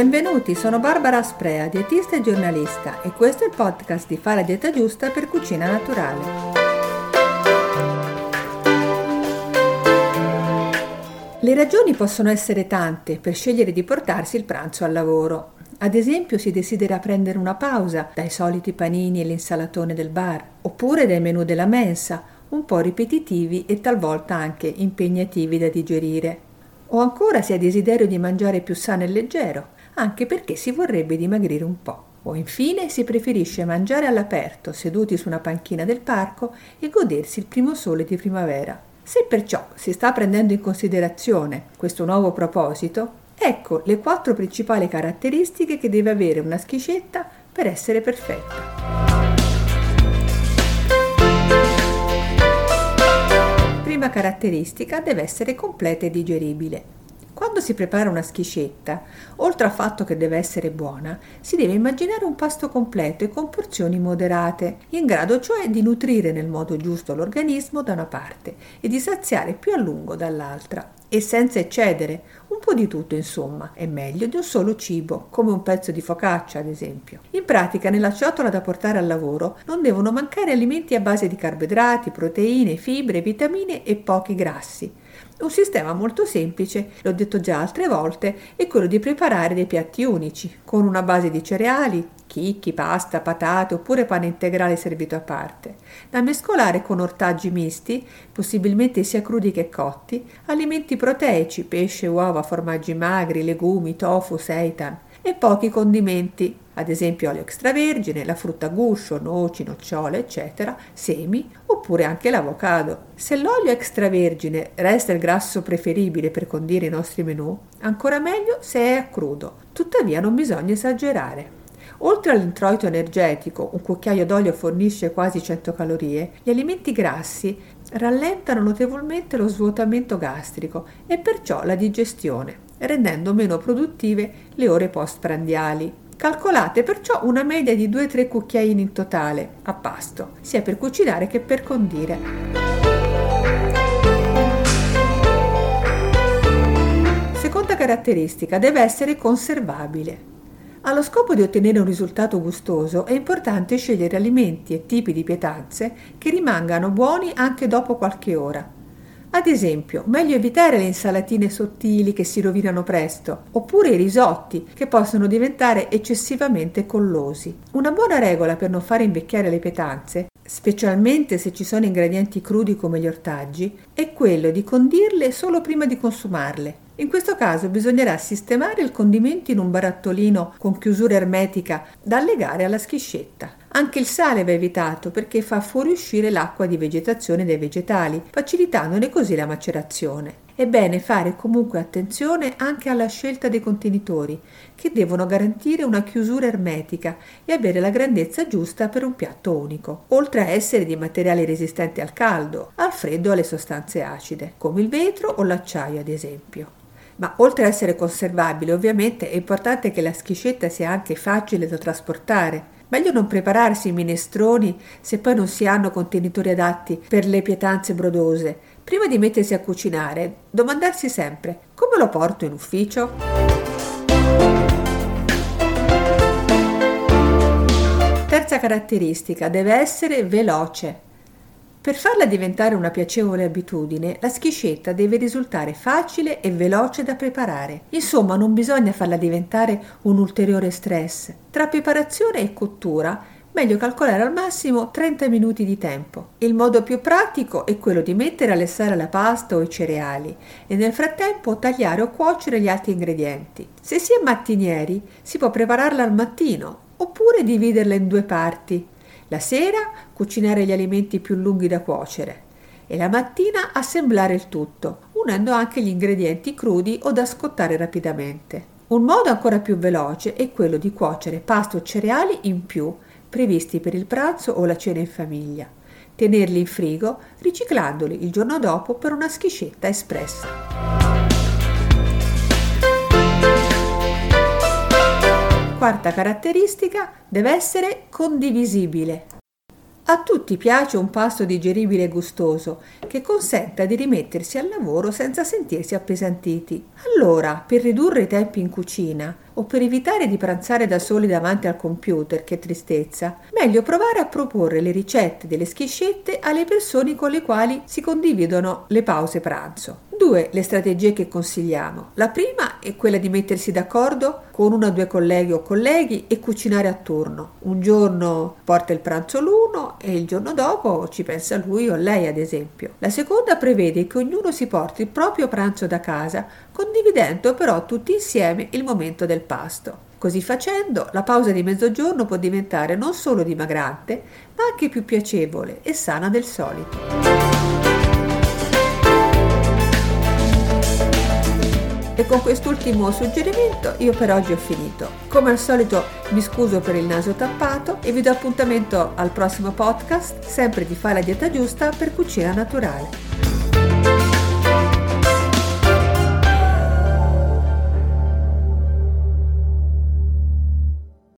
Benvenuti, sono Barbara Asprea, dietista e giornalista, e questo è il podcast di Fa la dieta giusta per cucina naturale. Le ragioni possono essere tante per scegliere di portarsi il pranzo al lavoro. Ad esempio, si desidera prendere una pausa dai soliti panini e l'insalatone del bar, oppure dai menù della mensa, un po' ripetitivi e talvolta anche impegnativi da digerire. O ancora si ha desiderio di mangiare più sano e leggero, anche perché si vorrebbe dimagrire un po'. O infine si preferisce mangiare all'aperto, seduti su una panchina del parco e godersi il primo sole di primavera. Se perciò si sta prendendo in considerazione questo nuovo proposito, ecco le 4 principali caratteristiche che deve avere una schiscetta per essere perfetta. Prima caratteristica: deve essere completa e digeribile. Quando si prepara una schiscetta, oltre al fatto che deve essere buona, si deve immaginare un pasto completo e con porzioni moderate, in grado cioè di nutrire nel modo giusto l'organismo da una parte e di saziare più a lungo dall'altra, e senza eccedere. Un po' di tutto, insomma, è meglio di un solo cibo, come un pezzo di focaccia, ad esempio. In pratica, nella ciotola da portare al lavoro non devono mancare alimenti a base di carboidrati, proteine, fibre, vitamine e pochi grassi. Un sistema molto semplice, l'ho detto già altre volte, è quello di preparare dei piatti unici, con una base di cereali, chicchi, pasta, patate oppure pane integrale servito a parte, da mescolare con ortaggi misti, possibilmente sia crudi che cotti, alimenti proteici, pesce, uova, formaggi magri, legumi, tofu, seitan, e pochi condimenti, ad esempio olio extravergine, la frutta a guscio, noci, nocciole, eccetera, semi, oppure anche l'avocado. Se l'olio extravergine resta il grasso preferibile per condire i nostri menù, ancora meglio se è a crudo. Tuttavia non bisogna esagerare. Oltre all'introito energetico, un cucchiaio d'olio fornisce quasi 100 calorie, gli alimenti grassi rallentano notevolmente lo svuotamento gastrico e perciò la digestione, rendendo meno produttive le ore postprandiali. Calcolate perciò una media di 2-3 cucchiaini in totale a pasto, sia per cucinare che per condire. Seconda caratteristica: deve essere conservabile. Allo scopo di ottenere un risultato gustoso è importante scegliere alimenti e tipi di pietanze che rimangano buoni anche dopo qualche ora. Ad esempio, meglio evitare le insalatine sottili che si rovinano presto, oppure i risotti che possono diventare eccessivamente collosi. Una buona regola per non fare invecchiare le pietanze, specialmente se ci sono ingredienti crudi come gli ortaggi, è quello di condirle solo prima di consumarle. In questo caso bisognerà sistemare il condimento in un barattolino con chiusura ermetica da legare alla schiscetta. Anche il sale va evitato perché fa fuoriuscire l'acqua di vegetazione dei vegetali, facilitandone così la macerazione. È bene fare comunque attenzione anche alla scelta dei contenitori, che devono garantire una chiusura ermetica e avere la grandezza giusta per un piatto unico, oltre a essere di materiali resistenti al caldo, al freddo e alle sostanze acide, come il vetro o l'acciaio ad esempio. Ma oltre a essere conservabile, ovviamente è importante che la schiscetta sia anche facile da trasportare. Meglio non prepararsi i minestroni se poi non si hanno contenitori adatti per le pietanze brodose. Prima di mettersi a cucinare, domandarsi sempre: come lo porto in ufficio? Terza caratteristica: deve essere veloce. Per farla diventare una piacevole abitudine, la schiscetta deve risultare facile e veloce da preparare. Insomma, non bisogna farla diventare un ulteriore stress. Tra preparazione e cottura, meglio calcolare al massimo 30 minuti di tempo. Il modo più pratico è quello di mettere a lessare la pasta o i cereali e nel frattempo tagliare o cuocere gli altri ingredienti. Se si è mattinieri, si può prepararla al mattino oppure dividerla in 2 parti. La sera cucinare gli alimenti più lunghi da cuocere e la mattina assemblare il tutto, unendo anche gli ingredienti crudi o da scottare rapidamente. Un modo ancora più veloce è quello di cuocere pasta o cereali in più, previsti per il pranzo o la cena in famiglia. Tenerli in frigo, riciclandoli il giorno dopo per una schiscetta espressa. Quarta caratteristica: deve essere condivisibile. A tutti piace un pasto digeribile e gustoso che consenta di rimettersi al lavoro senza sentirsi appesantiti. Allora, per ridurre i tempi in cucina o per evitare di pranzare da soli davanti al computer, che tristezza, meglio provare a proporre le ricette delle schiscette alle persone con le quali si condividono le pause pranzo. 2. Le strategie che consigliamo. La prima è quella di mettersi d'accordo con 1 o 2 colleghe o colleghi e cucinare a turno. Un giorno porta il pranzo l'uno e il giorno dopo ci pensa lui o lei, ad esempio. La seconda prevede che ognuno si porti il proprio pranzo da casa, condividendo però tutti insieme il momento del pasto. Così facendo, la pausa di mezzogiorno può diventare non solo dimagrante, ma anche più piacevole e sana del solito. E con quest'ultimo suggerimento io per oggi ho finito. Come al solito mi scuso per il naso tappato e vi do appuntamento al prossimo podcast, sempre di Fai la dieta giusta per cucina naturale.